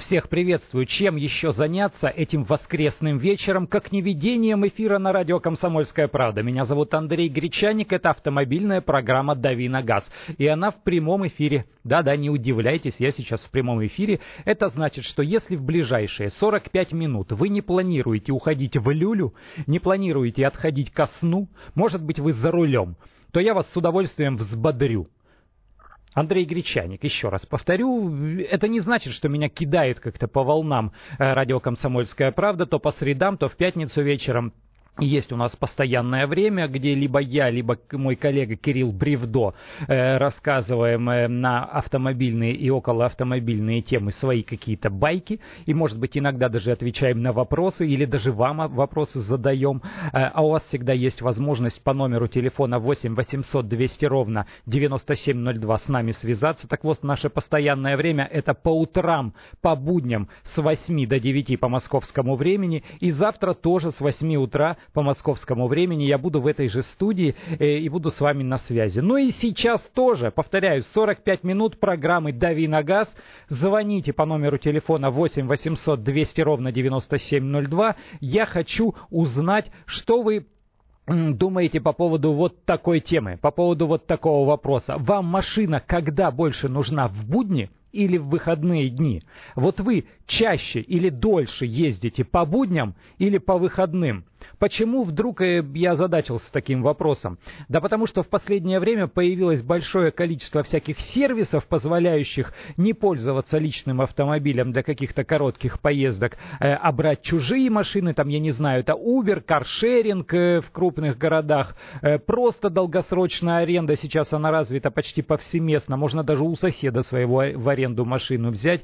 Всех приветствую. Чем еще заняться этим воскресным вечером, как не ведением эфира на радио «Комсомольская правда». Меня зовут Андрей Гречаник. Это автомобильная программа «Дави на газ». И она в прямом эфире. Да-да, не удивляйтесь, я сейчас в прямом эфире. Это значит, что если в ближайшие 45 минут вы не планируете уходить в люлю, не планируете отходить ко сну, может быть, вы за рулем, то я вас с удовольствием взбодрю. Андрей Гречаник, еще раз повторю, это не значит, что меня кидает как-то по волнам радио «Комсомольская правда», то по средам, то в пятницу вечером. Есть у нас постоянное время, где либо я, либо мой коллега Кирилл Бревдо рассказываем на автомобильные и околоавтомобильные темы свои какие-то байки. И, может быть, иногда даже отвечаем на вопросы или даже вам вопросы задаем. А у вас всегда есть возможность по номеру телефона 8 800 200 ровно 9702 с нами связаться. Так вот, наше постоянное время — это по утрам, по будням с 8 до 9 по московскому времени. И завтра тоже с 8 утра по московскому времени я буду в этой же студии и буду с вами на связи. Ну и сейчас тоже, повторяю, 45 минут программы «Дави на газ». Звоните по номеру телефона 8 800 200 ровно 9702. Я хочу узнать, что вы думаете по поводу вот такой темы, по поводу вот такого вопроса. Вам машина когда больше нужна, в будни или в выходные дни? Вот вы чаще или дольше ездите по будням или по выходным? Почему вдруг я озадачился таким вопросом? Да потому что в последнее время появилось большое количество всяких сервисов, позволяющих не пользоваться личным автомобилем для каких-то коротких поездок, а брать чужие машины, там, я не знаю, это Uber, каршеринг в крупных городах, просто долгосрочная аренда, сейчас она развита почти повсеместно, можно даже у соседа своего в аренду машину взять,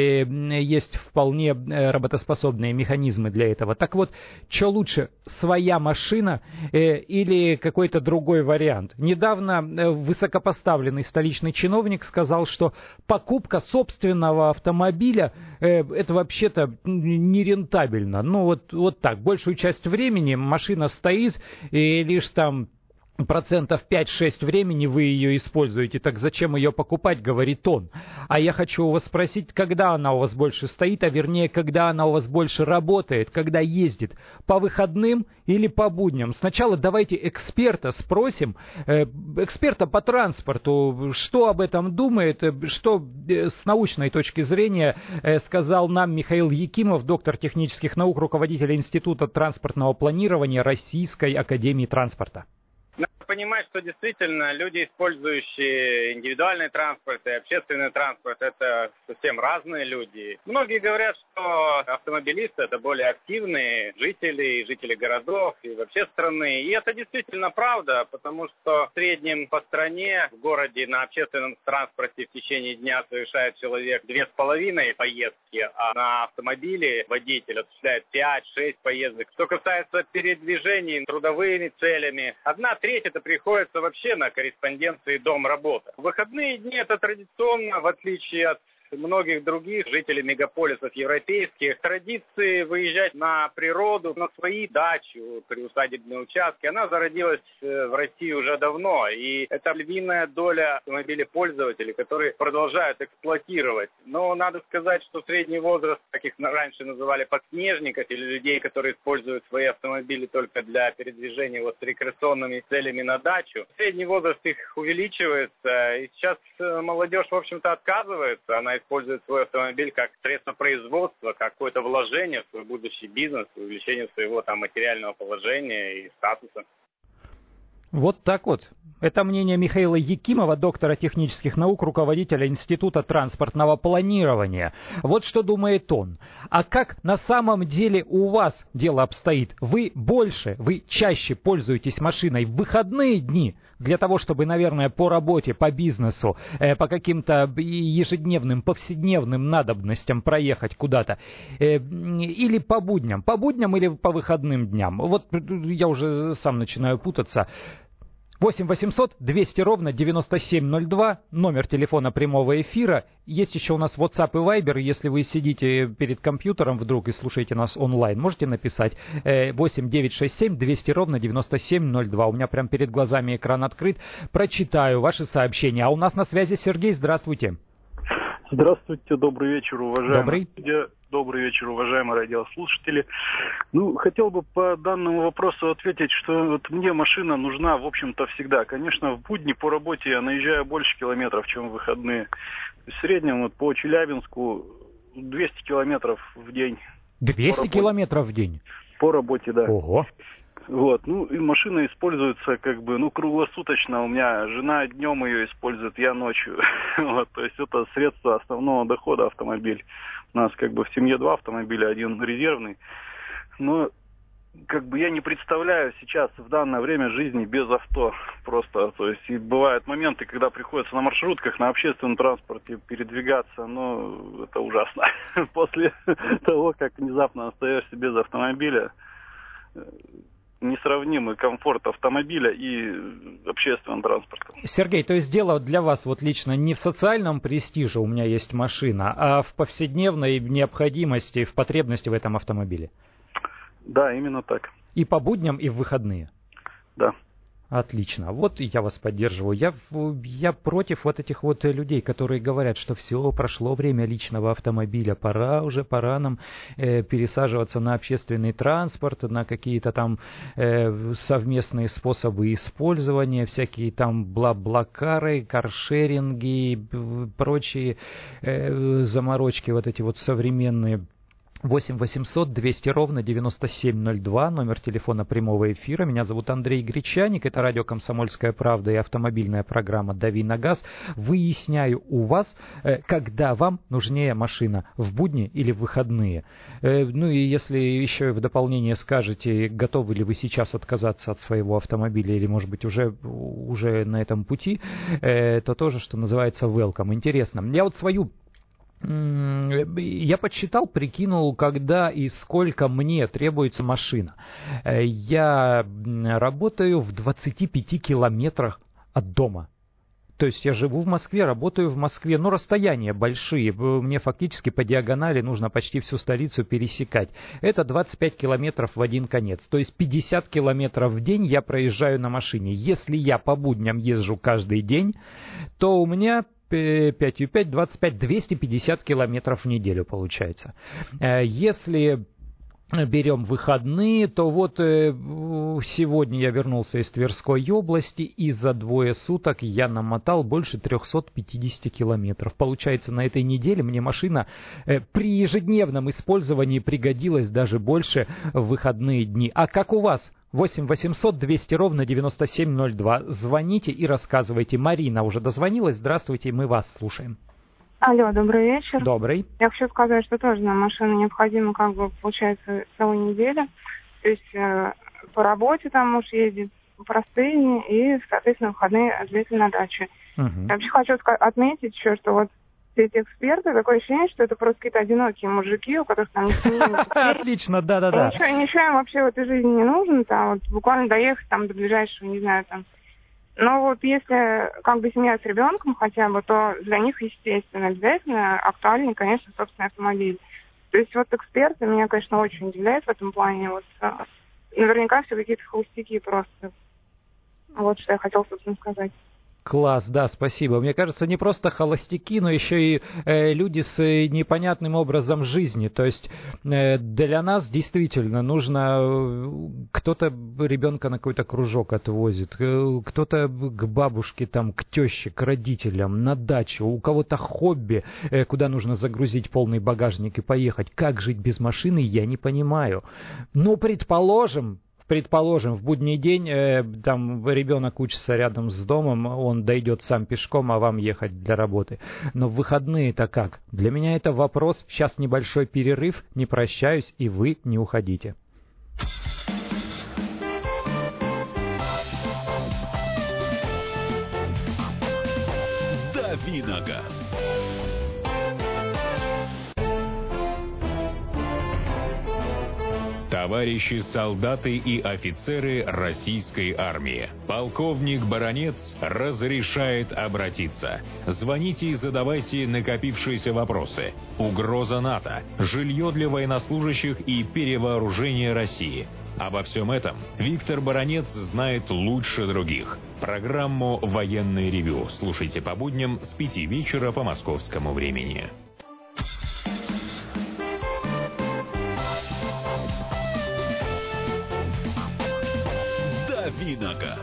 есть вполне работоспособные механизмы для этого. Так вот, что лучше, своя машина или какой-то другой вариант? Недавно высокопоставленный столичный чиновник сказал, что покупка собственного автомобиля это вообще-то нерентабельно. Ну вот так, большую часть времени машина стоит, и лишь там 5-6% времени вы ее используете, так зачем ее покупать, говорит он. А я хочу у вас спросить, когда она у вас больше стоит, а вернее, когда она у вас больше работает, когда ездит, по выходным или по будням? Сначала давайте эксперта спросим, эксперта по транспорту, что об этом думает, что с научной точки зрения сказал нам Михаил Якимов, доктор технических наук, руководитель Института транспортного планирования Российской академии транспорта. Надо понимать, что действительно люди, использующие индивидуальный транспорт и общественный транспорт, это совсем разные люди. Многие говорят, что автомобилисты — это более активные жители городов и вообще страны. И это действительно правда, потому что в среднем по стране в городе на общественном транспорте в течение дня совершает человек 2,5 поездки, а на автомобиле водитель осуществляет 5-6 поездок. Что касается передвижений трудовыми целями, 1/3 это приходится вообще на корреспонденции дом-работа. В выходные дни это традиционно, в отличие от многих других жителей мегаполисов европейских, традиции выезжать на природу, на свои дачи, приусадебные участки, она зародилась в России уже давно. И это львиная доля автомобилепользователей, которые продолжают эксплуатировать. Но надо сказать, что средний возраст, как их раньше называли, подснежников или людей, которые используют свои автомобили только для передвижения с рекреационными целями на дачу, средний возраст их увеличивается. И сейчас молодежь, в общем-то, отказывается. Она использует свой автомобиль как средство производства, как какое-то вложение в свой будущий бизнес, увеличение своего материального положения и статуса. Вот так вот. Это мнение Михаила Якимова, доктора технических наук, руководителя Института транспортного планирования. Вот что думает он. А как на самом деле у вас дело обстоит? Вы чаще пользуетесь машиной в выходные дни для того, чтобы, наверное, по работе, по бизнесу, по каким-то ежедневным, повседневным надобностям проехать куда-то? Или по будням? По будням или по выходным дням? Вот я уже сам начинаю путаться. 8 800 200 ровно 9702, номер телефона прямого эфира. Есть еще у нас WhatsApp и Viber. Если вы сидите перед компьютером вдруг и слушаете нас онлайн, можете написать 8 967 200 ровно 9702. У меня прям перед глазами экран открыт. Прочитаю ваши сообщения. А у нас на связи Сергей. Здравствуйте. Здравствуйте, добрый вечер, уважаемые. Добрый. Добрый вечер, уважаемые радиослушатели. Хотел бы по данному вопросу ответить, что вот мне машина нужна, в общем-то, всегда. Конечно, в будни по работе я наезжаю больше километров, чем в выходные. В среднем вот по Челябинску 200 километров в день. 200 километров в день? По работе, да. Ого. И машина используется круглосуточно. У меня жена днем ее использует, я ночью. То есть это средство основного дохода автомобиль. У нас в семье 2 автомобиля, один резервный. Но я не представляю сейчас в данное время жизни без авто просто. То есть и бывают моменты, когда приходится на маршрутках, на общественном транспорте передвигаться, но это ужасно. После того, как внезапно остаешься без автомобиля, несравнимый комфорт автомобиля и общественного транспорта. Сергей, то есть дело для вас вот лично не в социальном престиже, у меня есть машина, а в повседневной необходимости, в потребности в этом автомобиле? Да, именно так. И по будням, и в выходные? Да. Отлично. Вот я вас поддерживаю. Я против вот этих вот людей, которые говорят, что все, прошло время личного автомобиля, пора нам пересаживаться на общественный транспорт, на какие-то там совместные способы использования, всякие там бла-блакары, каршеринги, прочие заморочки вот эти вот современные. 8 800 200 ровно 9702, номер телефона прямого эфира. Меня зовут Андрей Гречаник, это радио «Комсомольская правда» и автомобильная программа «Дави на газ». Выясняю у вас, когда вам нужнее машина, в будни или в выходные. И если еще в дополнение скажете, готовы ли вы сейчас отказаться от своего автомобиля или, может быть, уже на этом пути, то тоже, что называется, welcome. Интересно. Я подсчитал, прикинул, когда и сколько мне требуется машина. Я работаю в 25 километрах от дома. То есть я живу в Москве, работаю в Москве, но расстояния большие. Мне фактически по диагонали нужно почти всю столицу пересекать. Это 25 километров в один конец. То есть 50 километров в день я проезжаю на машине. Если я по будням езжу каждый день, то у меня 5,5, 25, 250 километров в неделю получается. Если берем выходные, то вот сегодня я вернулся из Тверской области, и за 2 суток я намотал больше 350 километров. Получается, на этой неделе мне машина при ежедневном использовании пригодилась даже больше в выходные дни. А как у вас? 8 800 200 ровно 9702. Звоните и рассказывайте. Марина уже дозвонилась. Здравствуйте, мы вас слушаем. Алло, добрый вечер. Добрый. Я хочу сказать, что тоже нам машина необходима, получается, целую неделю. То есть по работе там муж ездит простые и, соответственно, выходные обязательно на даче. Я вообще хочу отметить еще, что вот все эти эксперты, такое ощущение, что это просто какие-то одинокие мужики, у которых там Отлично, да-да-да. Ничего им вообще в этой жизни не нужно, там вот буквально доехать там до ближайшего, не знаю, там. Но вот если семья с ребенком хотя бы, то для них, естественно, обязательно актуальный, конечно, собственный автомобиль. То есть вот эксперты меня, конечно, очень удивляют в этом плане. Вот наверняка все какие-то холостяки просто. Вот что я хотела, собственно, сказать. Класс, да, спасибо. Мне кажется, не просто холостяки, но еще и люди с непонятным образом жизни. То есть для нас действительно нужно... Кто-то ребенка на какой-то кружок отвозит, кто-то к бабушке, там, к теще, к родителям, на дачу, у кого-то хобби, куда нужно загрузить полный багажник и поехать. Как жить без машины, я не понимаю. Но предположим, в будний день там ребенок учится рядом с домом, он дойдет сам пешком, а вам ехать для работы. Но в выходные-то как? Для меня это вопрос. Сейчас небольшой перерыв, не прощаюсь, и вы не уходите. Дави на газ. Товарищи солдаты и офицеры российской армии, полковник Баранец разрешает обратиться. Звоните и задавайте накопившиеся вопросы. Угроза НАТО, жилье для военнослужащих и перевооружение России. Обо всем этом Виктор Баранец знает лучше других. Программу «Военное ревю» слушайте по будням с 5 вечера по московскому времени. Давиногаз.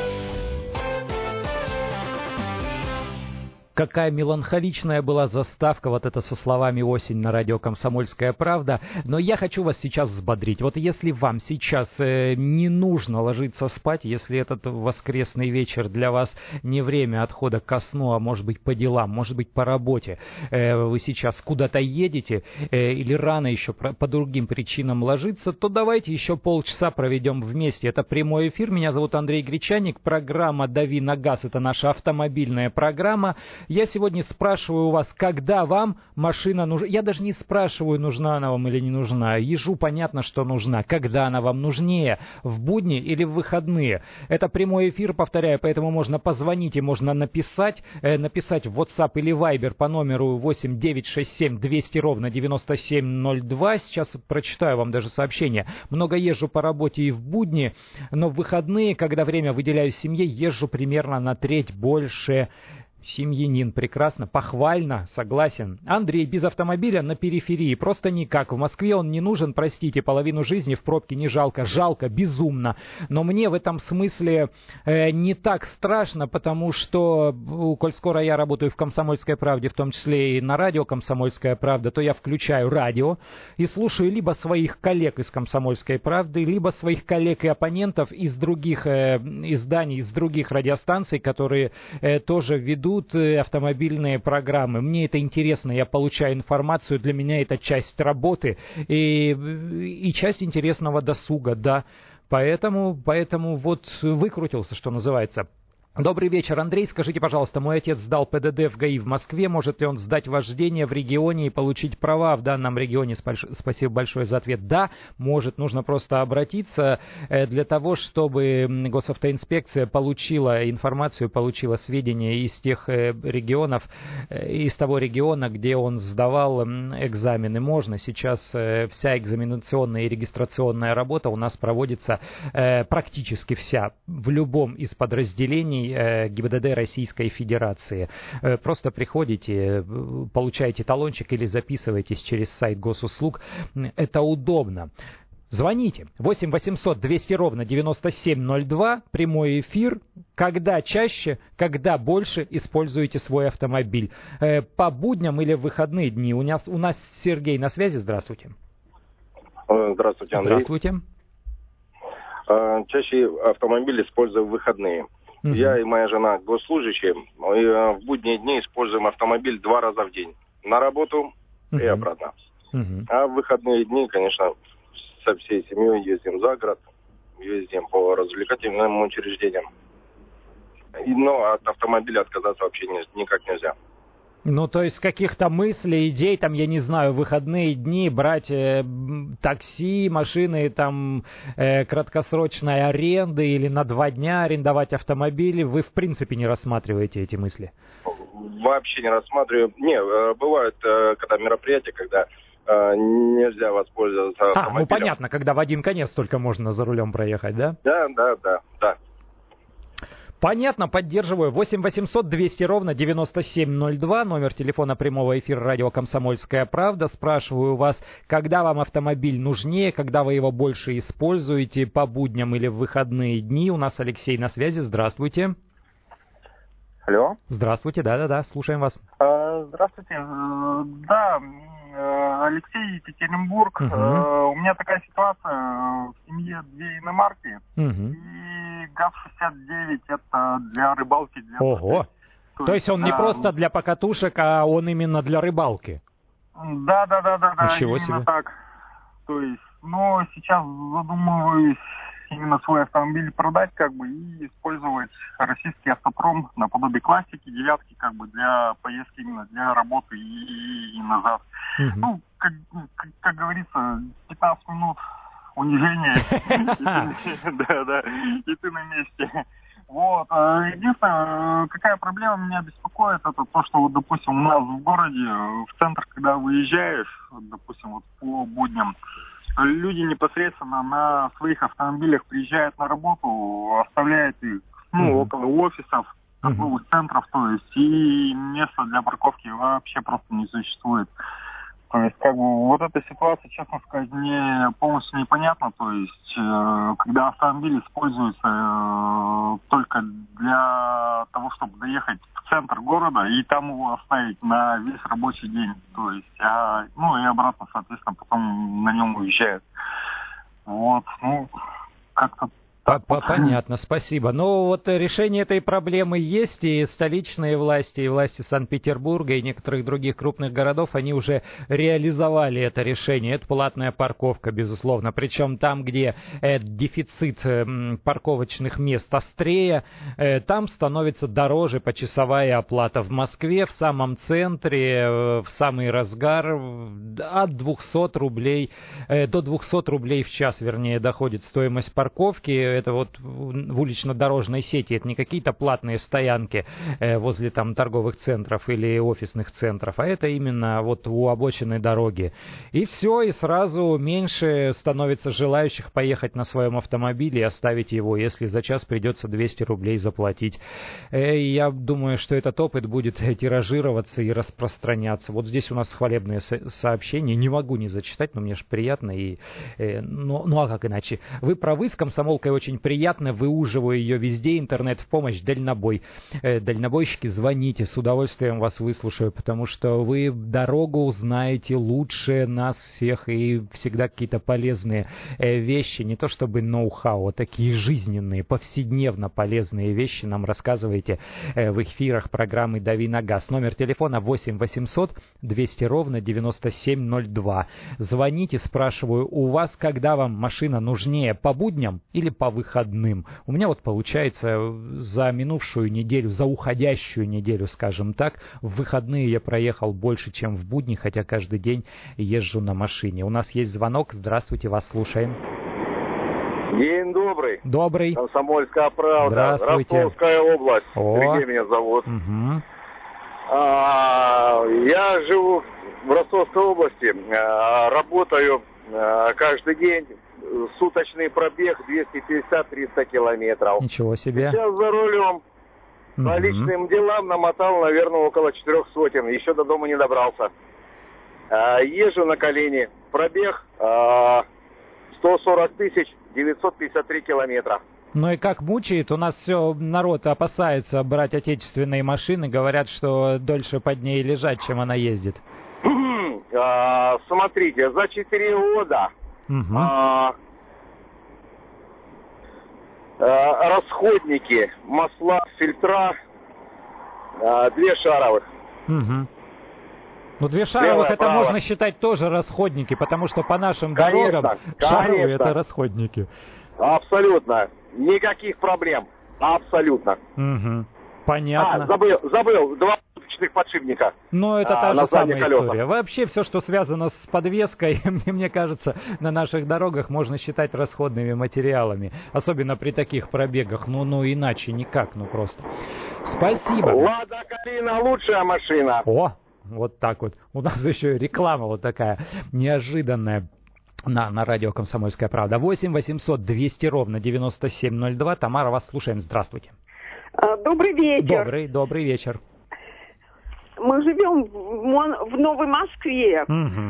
Какая меланхоличная была заставка, вот это со словами «Осень» на радио «Комсомольская правда». Но я хочу вас сейчас взбодрить. Вот если вам сейчас не нужно ложиться спать, если этот воскресный вечер для вас не время отхода ко сну, а может быть по делам, может быть по работе, вы сейчас куда-то едете или рано еще по другим причинам ложиться, то давайте еще полчаса проведем вместе. Это прямой эфир. Меня зовут Андрей Гречаник. Программа «Дави на газ» — это наша автомобильная программа. Я сегодня спрашиваю у вас, когда вам машина нужна. Я даже не спрашиваю, нужна она вам или не нужна. Ежу понятно, что нужна. Когда она вам нужнее? В будни или в выходные? Это прямой эфир, повторяю, поэтому можно позвонить и можно написать. Написать в WhatsApp или Viber по номеру 8 967 200 ровно 9702. Сейчас прочитаю вам даже сообщение. Много езжу по работе и в будни, но в выходные, когда время выделяю семье, езжу примерно на треть больше. Семьянин, прекрасно, похвально, согласен. Андрей, без автомобиля на периферии, просто никак. В Москве он не нужен, простите, половину жизни в пробке не жалко, жалко, безумно. Но мне в этом смысле не так страшно, потому что, коль скоро я работаю в «Комсомольской правде», в том числе и на радио «Комсомольская правда», то я включаю радио и слушаю либо своих коллег из «Комсомольской правды», либо своих коллег и оппонентов из других изданий, из других радиостанций, которые тоже ведут автомобильные программы. Мне это интересно, я получаю информацию, для меня это часть работы и часть интересного досуга, да. Поэтому вот выкрутился, что называется. Добрый вечер, Андрей. Скажите, пожалуйста, мой отец сдал ПДД в ГАИ в Москве. Может ли он сдать вождение в регионе и получить права в данном регионе? Спасибо большое за ответ. Да, может. Нужно просто обратиться для того, чтобы госавтоинспекция получила информацию, получила сведения из тех регионов, из того региона, где он сдавал экзамены. Можно. Сейчас вся экзаменационная и регистрационная работа у нас проводится практически вся в любом из подразделений ГИБДД Российской Федерации. Просто приходите, получаете талончик или записываетесь через сайт госуслуг. Это удобно. Звоните. 8 800 200 ровно 9702. Прямой эфир. Когда чаще, когда больше используете свой автомобиль? По будням или в выходные дни? У нас Сергей на связи. Здравствуйте. Здравствуйте, Андрей. Здравствуйте. Чаще автомобиль использую в выходные. Я и моя жена госслужащие. И в будние дни используем автомобиль 2 раза в день. На работу и обратно. А в выходные дни, конечно, со всей семьей ездим за город, ездим по развлекательным учреждениям. Но от автомобиля отказаться вообще никак нельзя. Ну, то есть каких-то мыслей, идей, там, я не знаю, выходные дни брать такси, машины, там, краткосрочной аренды или на 2 дня арендовать автомобили, вы в принципе не рассматриваете эти мысли? Вообще не рассматриваю. Не, бывают, когда мероприятия, когда нельзя воспользоваться автомобилем. Ну понятно, когда в один конец только можно за рулем проехать, да? Да. Понятно, поддерживаю. 8 800 200 ровно 9702, номер телефона прямого эфира радио «Комсомольская правда». Спрашиваю вас, когда вам автомобиль нужнее, когда вы его больше используете, по будням или в выходные дни. У нас Алексей на связи. Здравствуйте. Алло. Здравствуйте, да, слушаем вас. Здравствуйте. Да, Алексей, Екатеринбург. У меня такая ситуация. В семье 2 иномарки. И ГАЗ-69 это для рыбалки. Ого! То есть он не просто для покатушек, а он именно для рыбалки? Да. Ничего именно себе. Так. То есть, но сейчас задумываюсь именно свой автомобиль продать, и использовать российский автопром наподобие классики, 9 для поездки именно для работы и назад. Ну, как говорится, 15 минут унижение. Да, и ты на месте. Вот. Единственное, какая проблема меня беспокоит, это то, что, вот, допустим, у нас в городе, в центр, когда выезжаешь, допустим, вот по будням, люди непосредственно на своих автомобилях приезжают на работу, оставляют их, около офисов, торговых центров, то есть, и места для парковки вообще просто не существует. То есть, как бы, вот эта ситуация, честно сказать, мне полностью непонятна. То есть, когда автомобиль используется только для того, чтобы доехать в центр города и там его оставить на весь рабочий день. То есть, и обратно, соответственно, потом на нем уезжают. Вот, как-то... Понятно, спасибо. Но вот решение этой проблемы есть, и столичные власти, и власти Санкт-Петербурга, и некоторых других крупных городов, они уже реализовали это решение. Это платная парковка, безусловно. Причем там, где дефицит парковочных мест острее, там становится дороже почасовая оплата. В Москве, в самом центре, в самый разгар, от 200 рублей, до 200 рублей в час, вернее, доходит стоимость парковки. Это вот в улично-дорожной сети, это не какие-то платные стоянки возле там торговых центров или офисных центров, а это именно вот у обочины дороги. И все, и сразу меньше становится желающих поехать на своем автомобиле и оставить его, если за час придется 200 рублей заплатить. Я думаю, что этот опыт будет тиражироваться и распространяться. Вот здесь у нас хвалебные сообщения, не могу не зачитать, но мне же приятно. А как иначе? Вы правы, с комсомолкой очень приятно, выуживаю ее везде, интернет в помощь, дальнобой. Дальнобойщики, звоните, с удовольствием вас выслушаю, потому что вы дорогу знаете лучше нас всех, и всегда какие-то полезные вещи, не то чтобы ноу-хау, а такие жизненные, повседневно полезные вещи нам рассказываете в эфирах программы «Дави на газ». Номер телефона 8 800 200 ровно 9702. Звоните, спрашиваю, у вас когда вам машина нужнее, по будням или по выходным? У меня вот получается за минувшую неделю, за уходящую неделю, скажем так, в выходные я проехал больше, чем в будни, хотя каждый день езжу на машине. У нас есть звонок. Здравствуйте, вас слушаем. День добрый. Добрый. Комсомольская правда. Здравствуйте. Ростовская область. Сергей меня зовут. Угу. Я живу в Ростовской области, работаю каждый день. Суточный пробег 250-300 километров. Ничего себе. Сейчас за рулем. По личным делам намотал, наверное, около 400. Еще до дома не добрался. Езжу на колени. Пробег 140 953 километра. Ну и как мучает, у нас все народ опасается брать отечественные машины, говорят, что дольше под ней лежать, чем она ездит. Смотрите, за 4 года расходники, масла, фильтра, 2 шаровых. Ну, 2 шаровых это можно считать тоже расходники, потому что по нашим дорогам шаровые это расходники. Абсолютно. Никаких проблем. Абсолютно. Понятно. Забыл. 2 спичных подшипника. Но это та же самая история. Вообще все, что связано с подвеской, мне кажется, на наших дорогах можно считать расходными материалами. Особенно при таких пробегах. Ну иначе никак, просто. Спасибо. Лада Калина лучшая машина. О, вот так вот. У нас еще реклама вот такая неожиданная. На радио «Комсомольская правда». 8 800 200 ровно 9702. Тамара, вас слушаем. Здравствуйте. Добрый вечер. Добрый вечер. Мы живем в Новой Москве.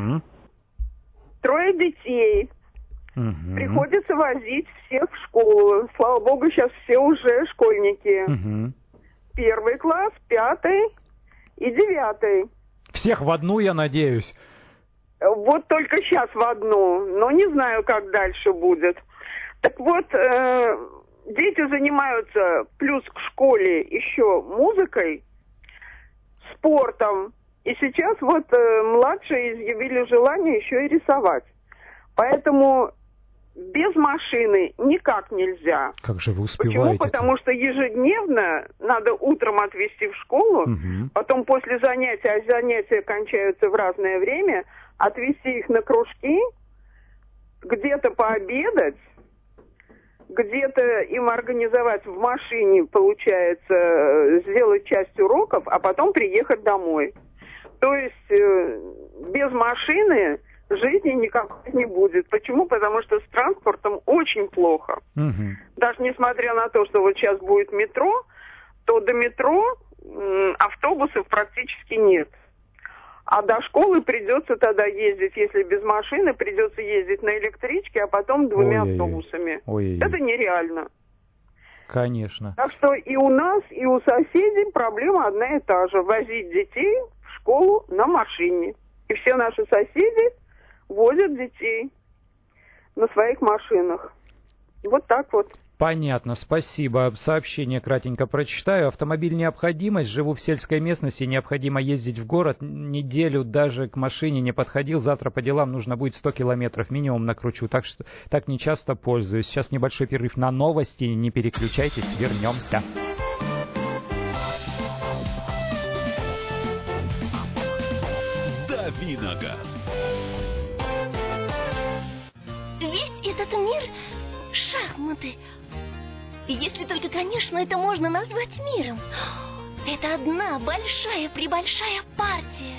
3 детей. Приходится возить всех в школу. Слава богу, сейчас все уже школьники. 1 класс, 5 и 9. Всех в одну, я надеюсь. Вот только сейчас в одну, но не знаю, как дальше будет. Так вот, дети занимаются плюс к школе еще музыкой, спортом. И сейчас вот младшие изъявили желание еще и рисовать. Поэтому без машины никак нельзя. Как же вы успеваете? Почему? Потому что ежедневно надо утром отвезти в школу, потом после занятия, а занятия кончаются в разное время, отвезти их на кружки, где-то пообедать, где-то им организовать в машине, получается, сделать часть уроков, а потом приехать домой. То есть без машины жизни никакой не будет. Почему? Потому что с транспортом очень плохо. Даже несмотря на то, что вот сейчас будет метро, то до метро автобусов практически нет. А до школы придется тогда ездить, если без машины, придется ездить на электричке, а потом 2 автобусами. Это нереально. Конечно. Так что и у нас, и у соседей проблема одна и та же. Возить детей в школу на машине. И все наши соседи возят детей на своих машинах. Вот так вот. Понятно, спасибо. Сообщение кратенько прочитаю. Автомобиль необходимость. Живу в сельской местности, необходимо ездить в город. Неделю даже к машине не подходил. Завтра по делам нужно будет 100 километров минимум накручу. Так что так не часто пользуюсь. Сейчас небольшой перерыв на новости. Не переключайтесь, вернемся. Давиногаз. Весь этот мир — шахматы. Если только, конечно, это можно назвать миром. Это одна большая-пребольшая партия.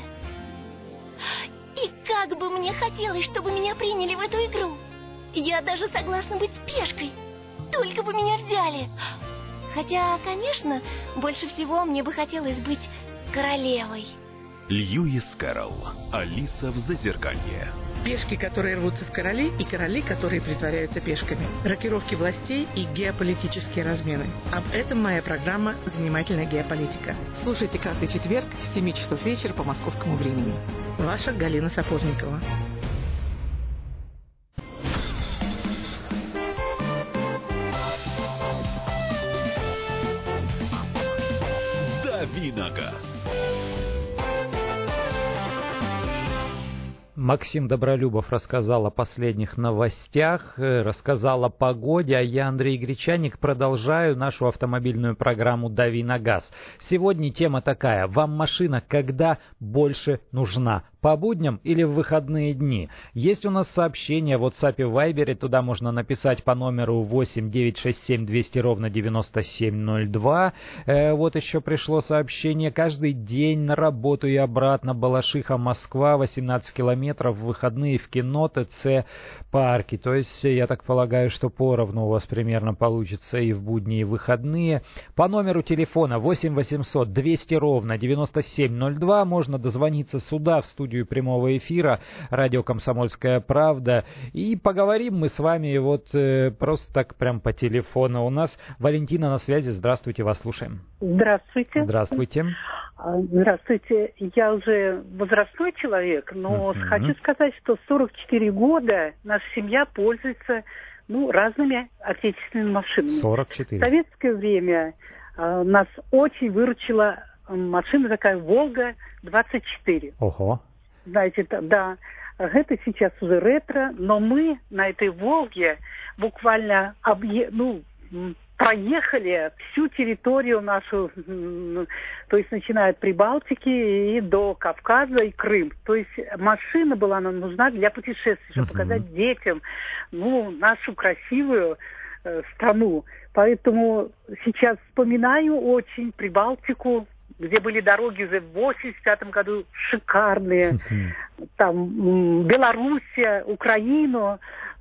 И как бы мне хотелось, чтобы меня приняли в эту игру. Я даже согласна быть пешкой. Только бы меня взяли. Хотя, конечно, больше всего мне бы хотелось быть королевой. Льюис Кэрролл. Алиса в Зазеркалье. Пешки, которые рвутся в короли, и короли, которые притворяются пешками. Рокировки властей и геополитические размены. Об этом моя программа «Занимательная геополитика». Слушайте каждый четверг в 7 часов вечера по московскому времени. Ваша Галина Сапожникова. Давиногаз. Максим Добролюбов рассказал о последних новостях, рассказал о погоде, а я, Андрей Гречаник, продолжаю нашу автомобильную программу «Дави на газ». Сегодня тема такая: вам машина когда больше нужна? По будням или в выходные дни? Есть у нас сообщение в WhatsApp и Viber, туда можно написать по номеру 8 967 200 ровно 9702. Вот еще пришло сообщение: каждый день на работу и обратно, Балашиха, Москва, 18 километров, в выходные в кино, ТЦ, парки. То есть, я так полагаю, что поровну у вас примерно получится и в будни, и в выходные. По номеру телефона 8 800 200 ровно 9702 можно дозвониться сюда, в студию прямого эфира радио «Комсомольская правда». И поговорим мы с вами вот просто так прям по телефону. У нас Валентина на связи. Здравствуйте, вас слушаем. Здравствуйте. Здравствуйте. Здравствуйте. Я уже возрастной человек, но хочу сказать, что 44 года наша семья пользуется разными отечественными машинами. 44. В советское время нас очень выручила машина такая «Волга-24». Ого. Знаете, да, это сейчас уже ретро, но мы на этой «Волге» буквально проехали всю территорию нашу, то есть начиная от Прибалтики и до Кавказа и Крым. То есть машина была нам нужна для путешествий, чтобы показать детям, нашу красивую страну. Поэтому сейчас вспоминаю очень Прибалтику, где были дороги уже в 85 году шикарные. Там Белоруссия, Украину,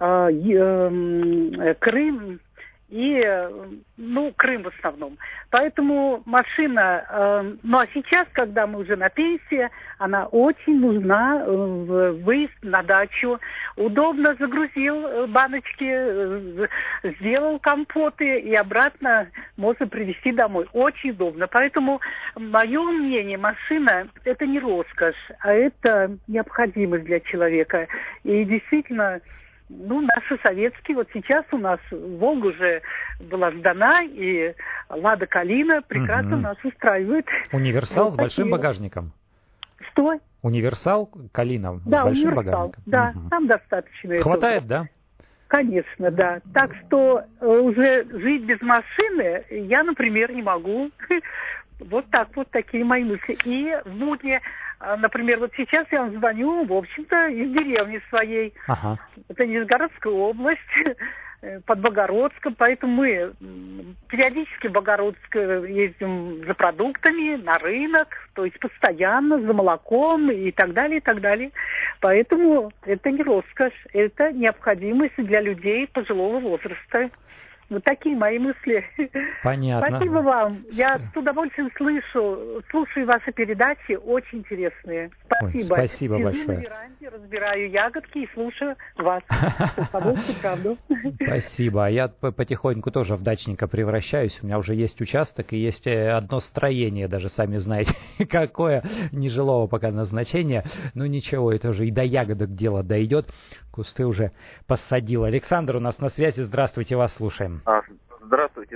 Крым и, Крым в основном. Поэтому машина, а сейчас, когда мы уже на пенсии, она очень нужна в выезд на дачу. Удобно загрузил баночки, сделал компоты и обратно можно привезти домой. Очень удобно. Поэтому, мое мнение, машина – это не роскошь, а это необходимость для человека. И действительно, наши советские, вот сейчас у нас Волга уже была сдана, и Лада Калина прекрасно нас устраивает. Универсал с большим багажником. Что? Универсал Калина с большим универсал, багажником. Да, там достаточно. Хватает, да? Конечно, да. Так что уже жить без машины я, например, не могу. Вот так вот, такие мои мысли. И в будни Например, вот сейчас я вам звоню, в общем-то, из деревни своей. Ага. Это Нижегородская область, под Богородском, поэтому мы периодически в Богородск ездим за продуктами, на рынок, то есть постоянно, за молоком и так далее, и так далее. Поэтому это не роскошь, это необходимость для людей пожилого возраста. Вот такие мои мысли. Понятно. Спасибо вам. Я с удовольствием слушаю ваши передачи, очень интересные. Спасибо. Ой, спасибо большое. Сижу на веранде, разбираю ягодки и слушаю вас. Правду. Спасибо. А я потихоньку тоже в дачника превращаюсь. У меня уже есть участок и есть одно строение, даже сами знаете, какое, нежилого пока назначения. Ну ничего, это уже и до ягодок дело дойдет. Кусты уже посадил. Александр у нас на связи. Здравствуйте, вас слушаем. Здравствуйте.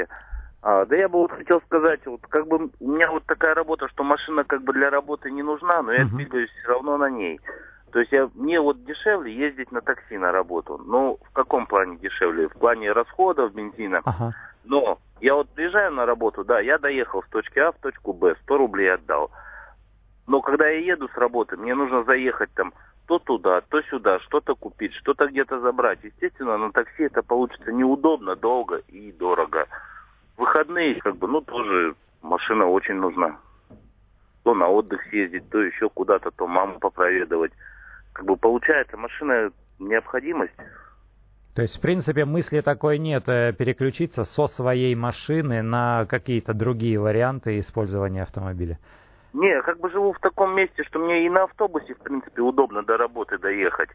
Да я бы вот хотел сказать, вот как бы у меня вот такая работа, что машина как бы для работы не нужна, но я двигаюсь все равно на ней. То есть мне вот дешевле ездить на такси на работу. Ну, в каком плане дешевле? В плане расходов бензина. Ага. Но я вот приезжаю на работу, да, я доехал с точки А в точку Б, 100 рублей отдал. Но когда я еду с работы, мне нужно заехать там то туда, то сюда, что-то купить, что-то где-то забрать. Естественно, на такси это получится неудобно, долго и дорого. В выходные, как бы, ну, тоже машина очень нужна. То на отдых съездить, то еще куда-то, то маму попроведывать. Как бы получается, машина необходимость. То есть, в принципе, мысли такой нет, переключиться со своей машины на какие-то другие варианты использования автомобиля? Не, как бы живу в таком месте, что мне и на автобусе, в принципе, удобно до работы доехать.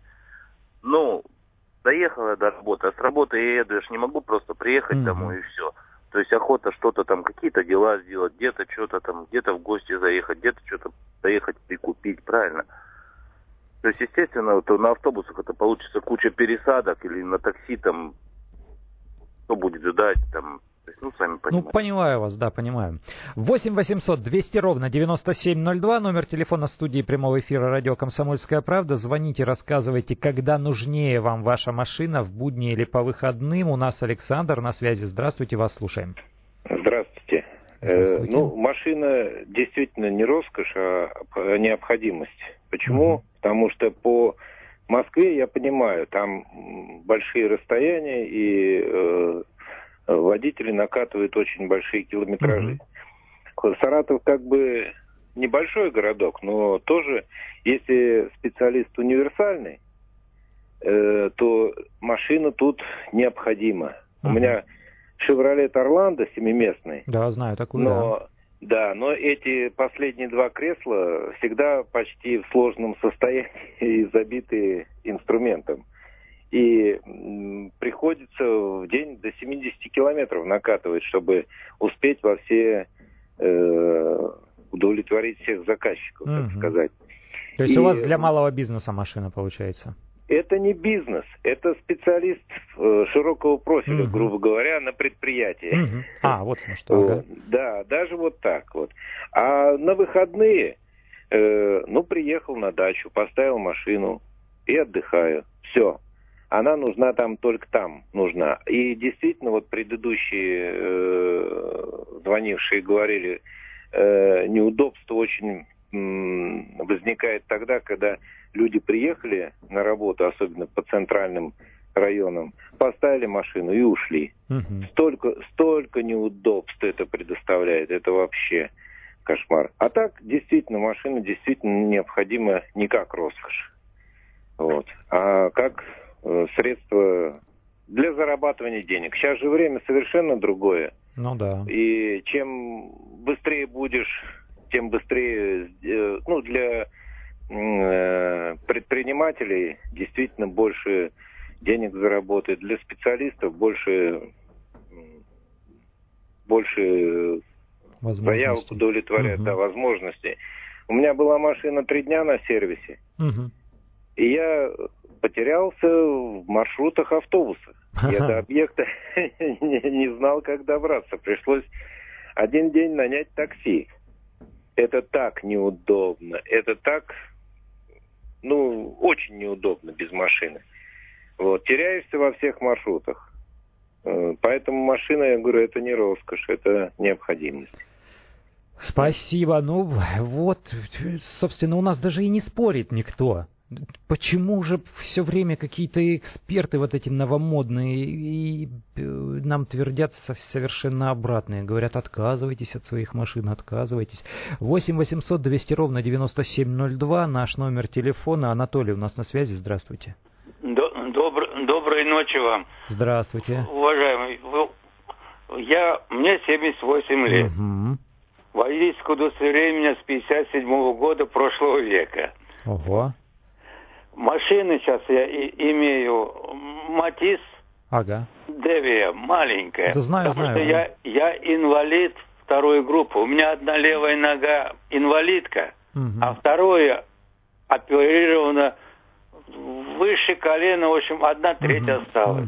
Ну, доехал я до работы, а с работы я еду, я же не могу просто приехать домой и все. То есть охота что-то там, какие-то дела сделать, где-то что-то там, где-то в гости заехать, где-то что-то доехать прикупить, правильно? То есть, естественно, вот на автобусах это получится куча пересадок или на такси там, кто будет ждать там. Ну, сами понимаете. Ну, понимаю вас, да, понимаю. 8 800 200 ровно 9702, номер телефона студии прямого эфира радио «Комсомольская правда». Звоните, рассказывайте, когда нужнее вам ваша машина, в будни или по выходным. У нас Александр на связи. Здравствуйте, вас слушаем. Здравствуйте. Ну, машина действительно не роскошь, а необходимость. Почему? Потому что по Москве, я понимаю, там большие расстояния и водители накатывают очень большие километражи. Саратов как бы небольшой городок, но тоже, если специалист универсальный, то машина тут необходима. У меня «Шевролет Орландо» семиместный. Да, знаю такую, но, да, но эти последние два кресла всегда почти в сложном состоянии и забиты инструментом. И приходится в день до 70 километров накатывать, чтобы успеть во все удовлетворить всех заказчиков, так сказать. То есть у вас для малого бизнеса машина получается? Это не бизнес, это специалист широкого профиля, грубо говоря, на предприятии. Вот на что. Да, даже вот так вот. А на выходные, приехал на дачу, поставил машину и отдыхаю. Все. Она нужна там, только там нужна. И действительно, вот предыдущие звонившие говорили, неудобство очень возникает тогда, когда люди приехали на работу, особенно по центральным районам, поставили машину и ушли. Столько неудобств это предоставляет. Это вообще кошмар. А так, действительно, машина действительно необходима не как роскошь. Вот. А как средство для зарабатывания денег. Сейчас же время совершенно другое. Ну да. И чем быстрее будешь, тем быстрее, для предпринимателей действительно больше денег заработает, для специалистов больше заявок удовлетворять, возможностей. У меня была машина 3 дня на сервисе, и я потерялся в маршрутах автобусов. Я до объекта не знал, как добраться. Пришлось 1 день нанять такси. Это так неудобно. Это так, очень неудобно без машины. Вот. Теряешься во всех маршрутах. Поэтому машина, я говорю, это не роскошь, это необходимость. Спасибо. Ну вот, собственно, у нас даже и не спорит никто. Почему же все время какие-то эксперты вот эти новомодные и нам твердят совершенно обратное? Говорят, отказывайтесь от своих машин, отказывайтесь. 8 800 200 ровно 9702, наш номер телефона. Анатолий у нас на связи, здравствуйте. Доброй ночи вам. Здравствуйте. Уважаемый, мне 78 лет. Угу. Водительское удостоверение у меня с 57 года прошлого века. Ого. Машины сейчас я имею Матис, ага. Девия, маленькая. Да знаю. Что я инвалид второй группы. У меня одна левая нога инвалидка, а вторая оперирована выше колена, в общем, 1/3 осталась.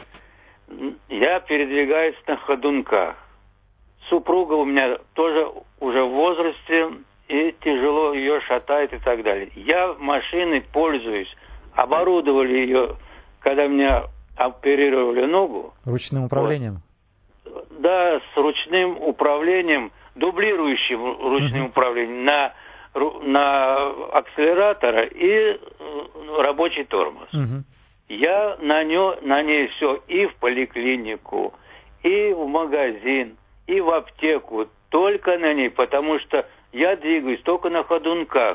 Я передвигаюсь на ходунках. Супруга у меня тоже уже в возрасте, и тяжело ее шатает и так далее. Я машиной пользуюсь. Оборудовали ее, когда меня оперировали ногу. Ручным управлением? Вот. Да, с ручным управлением, дублирующим ручным управлением на акселератора и рабочий тормоз. Я на ней все и в поликлинику, и в магазин, и в аптеку. Только на ней, потому что я двигаюсь только на ходунках.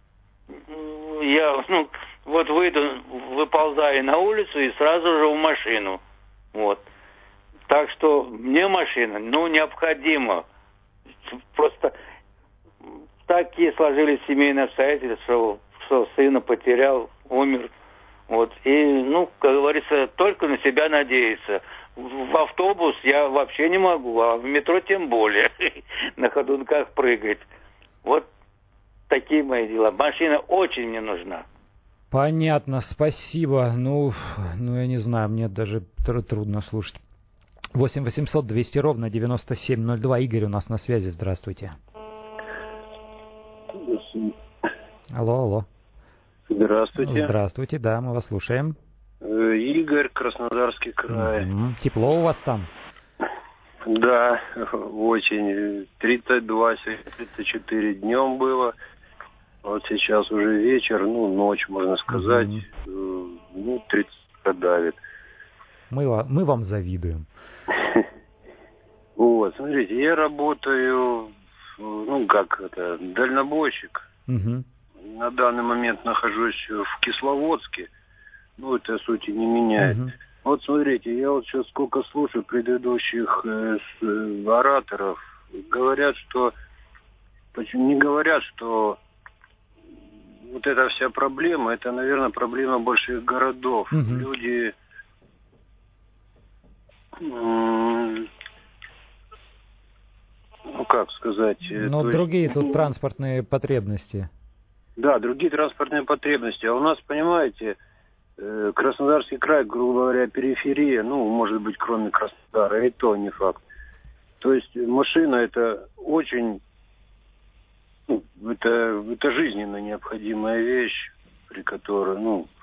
Я, выползаю на улицу и сразу же в машину. Вот. Так что мне машина, необходима. Просто такие сложились семейные обстоятельства, что сына потерял, умер. Вот. И, как говорится, только на себя надеяться. В автобус я вообще не могу, а в метро тем более на ходунках прыгать. Вот такие мои дела. Машина очень мне нужна. Понятно, спасибо. Я не знаю, мне даже трудно слушать. 8 800 200 ровно 9702. Игорь у нас на связи. Здравствуйте. Алло. Здравствуйте. Здравствуйте, да, мы вас слушаем. Игорь, Краснодарский край. Тепло у вас там? Да, очень. 32-34 днем было. Вот сейчас уже вечер, ночь, можно сказать. 30 давит. Мы вам завидуем. Вот, смотрите, я работаю, дальнобойщик. На данный момент нахожусь в Кисловодске. Это сути не меняет. Вот смотрите, я сейчас сколько слушаю предыдущих ораторов, не говорят, что вот эта вся проблема, это, наверное, проблема больших городов. Люди другие тут транспортные потребности. Да, другие транспортные потребности. А у нас, понимаете, Краснодарский край, грубо говоря, периферия, может быть, кроме Краснодара, и то не факт. То есть машина это очень, это жизненно необходимая вещь, при которой,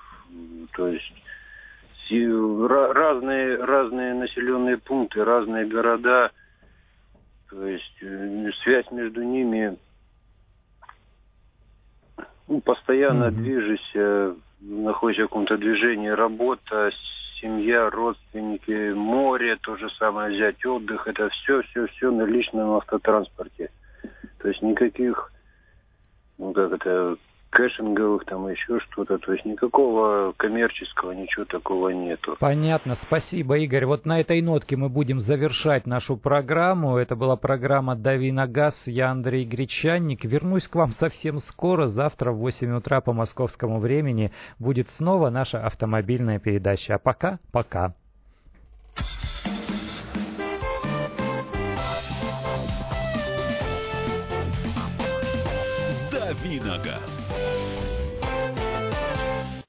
разные населенные пункты, разные города, то есть связь между ними, постоянно движешься, находишься в каком-то движении, работа, семья, родственники, море, то же самое взять, отдых, это все на личном автотранспорте. То есть никаких, кэшинговых, еще что-то, то есть никакого коммерческого, ничего такого нету. Понятно, спасибо, Игорь. Вот на этой нотке мы будем завершать нашу программу. Это была программа «Дави на газ». Я Андрей Гречанник. Вернусь к вам совсем скоро. Завтра в 8 утра по московскому времени будет снова наша автомобильная передача. А пока. «Дави на газ».